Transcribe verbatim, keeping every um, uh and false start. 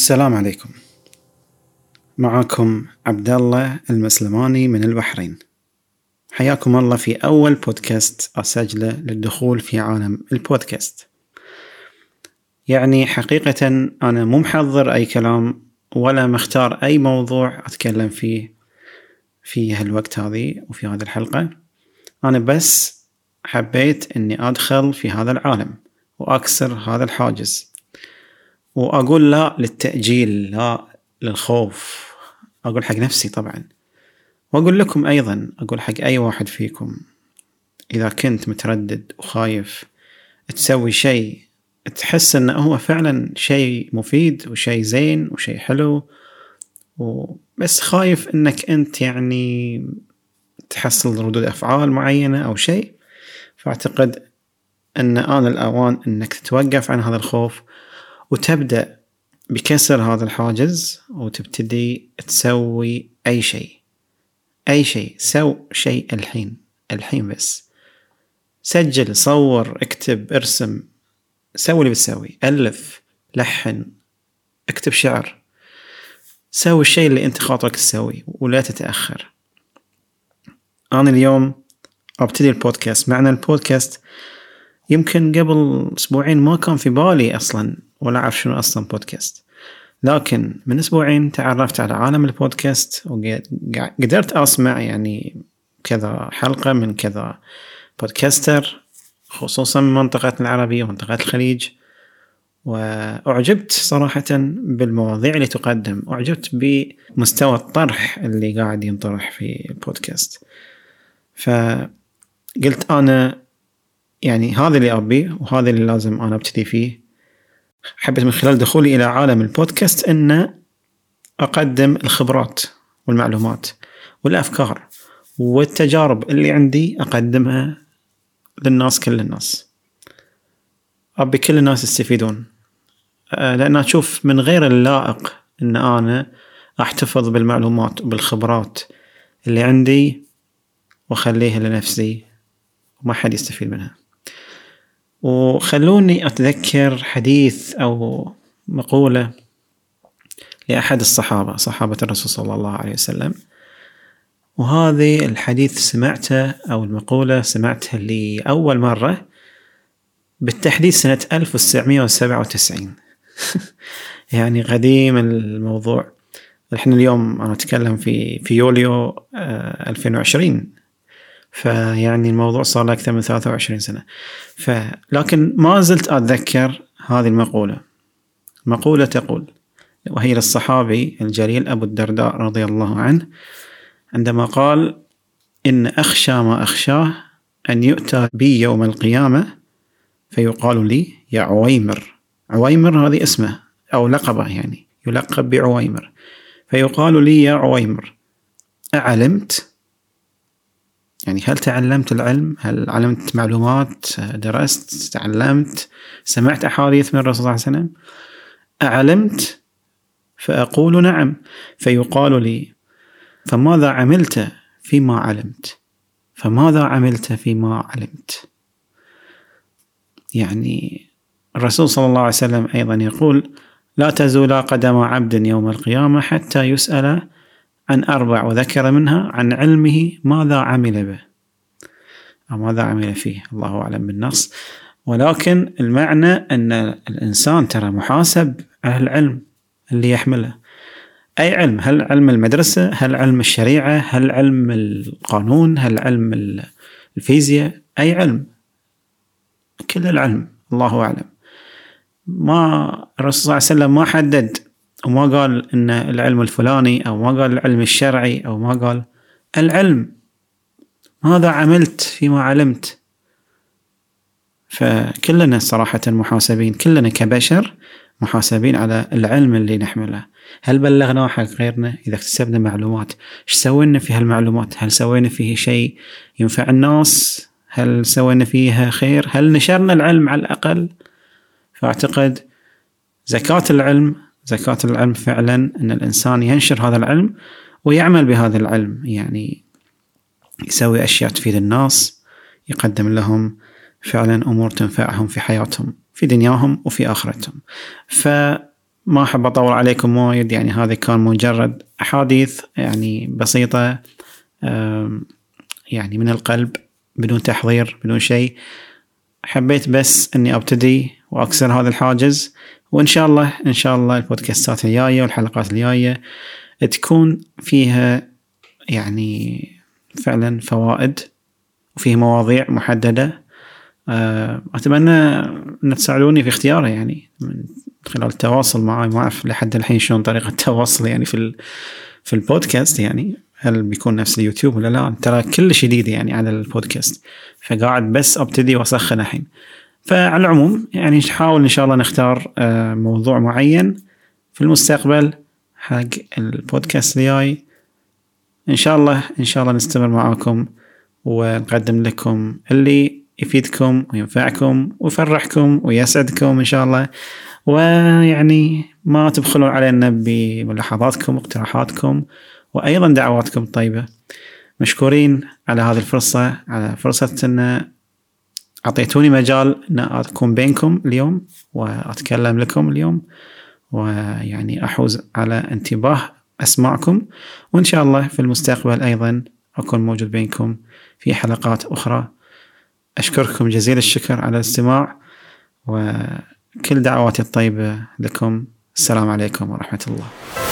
السلام عليكم. معكم عبد الله المسلماني من البحرين. حياكم الله في أول بودكاست أسجله للدخول في عالم البودكاست. يعني حقيقة أنا مو محضر أي كلام ولا مختار أي موضوع أتكلم فيه في هالوقت هذه وفي هذه الحلقة. أنا بس حبيت أني أدخل في هذا العالم وأكسر هذا الحاجز، وأقول لا للتأجيل، لا للخوف. أقول حق نفسي طبعا، وأقول لكم أيضا، أقول حق أي واحد فيكم إذا كنت متردد وخايف تسوي شيء تحس أنه هو فعلا شيء مفيد وشيء زين وشيء حلو، وبس خايف أنك أنت يعني تحصل ردود أفعال معينة أو شيء، فأعتقد أن آن الأوان أنك تتوقف عن هذا الخوف وتبدأ بكسر هذا الحاجز وتبتدي تسوي أي شيء. أي شيء، سو شيء الحين الحين بس. سجل، صور، اكتب، ارسم، سوي اللي بتسوي، ألف، لحن، اكتب شعر، سوي الشيء اللي انت خاطرك تسوي ولا تتأخر. أنا اليوم أبتدي البودكاست. معنى البودكاست يمكن قبل أسبوعين ما كان في بالي أصلا ولا أعرف شنو أصلا بودكاست، لكن من أسبوعين تعرفت على عالم البودكاست وقدرت أسمع يعني كذا حلقة من كذا بودكاستر، خصوصا من منطقة العربية ومنطقة الخليج، وأعجبت صراحة بالمواضيع اللي تقدم، أعجبت بمستوى الطرح اللي قاعد ينطرح في البودكاست. فقلت أنا يعني هذا اللي أبيه وهذا اللي لازم أنا أبتدي فيه. حبيت من خلال دخولي إلى عالم البودكاست أن أقدم الخبرات والمعلومات والأفكار والتجارب اللي عندي، أقدمها للناس، كل الناس. أبي كل الناس يستفيدون، لأن أشوف من غير اللائق أن أنا أحتفظ بالمعلومات وبالخبرات اللي عندي وأخليها لنفسي وما حد يستفيد منها. وخلوني أتذكر حديث أو مقولة لأحد الصحابة، صحابة الرسول صلى الله عليه وسلم، وهذه الحديث سمعته أو المقولة سمعتها لأول مرة بالتحديد سنة ألف وتسعمائة وسبعة وتسعين. يعني قديم الموضوع. نحن اليوم أنا أتكلم في في يوليو ألفين وعشرين، فيعني الموضوع صار له أكثر من ثلاثة وعشرين سنة. فلكن ما زلت أتذكر هذه المقولة. مقولة تقول، وهي للصحابي الجليل أبو الدرداء رضي الله عنه، عندما قال: إن أخشى ما أخشاه أن يؤتى بي يوم القيامة فيقال لي يا عويمر. عويمر هذه اسمه أو لقبه، يعني يلقب بعويمر. فيقال لي يا عويمر أعلمت؟ يعني هل تعلمت العلم؟ هل علمت معلومات؟ درست؟ تعلمت؟ سمعت أحاديث من الرسول صلى الله عليه وسلم؟ أعلمت؟ فأقول نعم. فيقال لي فماذا عملت فيما علمت؟ فماذا عملت فيما علمت؟ يعني الرسول صلى الله عليه وسلم أيضا يقول: لا تزول قدم عبد يوم القيامة حتى يسأل عن أربع، وذكر منها عن علمه ماذا عمل به أو ماذا عمل فيه، الله أعلم بالنص. ولكن المعنى أن الإنسان ترى محاسب على العلم اللي يحمله. أي علم، هل علم المدرسة، هل علم الشريعة، هل علم القانون، هل علم الفيزياء، أي علم، كل العلم الله أعلم. ما الرسول صلى الله عليه وسلم ما حدد وما قال إن العلم الفلاني، أو ما قال العلم الشرعي، أو ما قال العلم ماذا عملت فيما علمت. فكلنا صراحة محاسبين، كلنا كبشر محاسبين على العلم اللي نحمله. هل بلغنا حق غيرنا؟ إذا اكتسبنا معلومات إيش سوينا في هالمعلومات؟ هل سوينا فيه شيء ينفع الناس؟ هل سوينا فيها خير؟ هل نشرنا العلم على الأقل؟ فأعتقد زكاة العلم، زكاة العلم فعلا أن الإنسان ينشر هذا العلم ويعمل بهذا العلم، يعني يسوي أشياء تفيد الناس، يقدم لهم فعلا أمور تنفعهم في حياتهم، في دنياهم وفي آخرتهم. فما ما أحب أطول عليكم وايد، يعني هذا كان مجرد أحاديث يعني بسيطة يعني من القلب بدون تحضير بدون شيء. حبيت بس أني أبتدي وأكسر هذا الحاجز، وإن شاء الله إن شاء الله البودكاستات الجاية والحلقات الجاية تكون فيها يعني فعلا فوائد وفيه مواضيع محددة. أتمنى أن تساعدوني في اختياره يعني من خلال التواصل معي. ما أعرف لحد الحين شلون طريقة التواصل يعني في في البودكاست، يعني هل بيكون نفس اليوتيوب ولا لا؟ ترى كل جديد يعني على البودكاست، فقاعد بس أبتدي وأسخن الحين. فعلى العموم يعني نحاول إن شاء الله نختار موضوع معين في المستقبل حق البودكاست الجاي. إن شاء الله إن شاء الله نستمر معاكم ونقدم لكم اللي يفيدكم وينفعكم ويفرحكم ويسعدكم إن شاء الله. ويعني ما تبخلون علينا بملاحظاتكم واقتراحاتكم وأيضا دعواتكم الطيبة. مشكورين على هذه الفرصة، على فرصة أن أعطيتوني مجال أن أكون بينكم اليوم وأتكلم لكم اليوم، ويعني أحوز على انتباه أسماعكم. وإن شاء الله في المستقبل أيضا أكون موجود بينكم في حلقات أخرى. أشكركم جزيل الشكر على الاستماع وكل دعواتي الطيبة لكم. السلام عليكم ورحمة الله.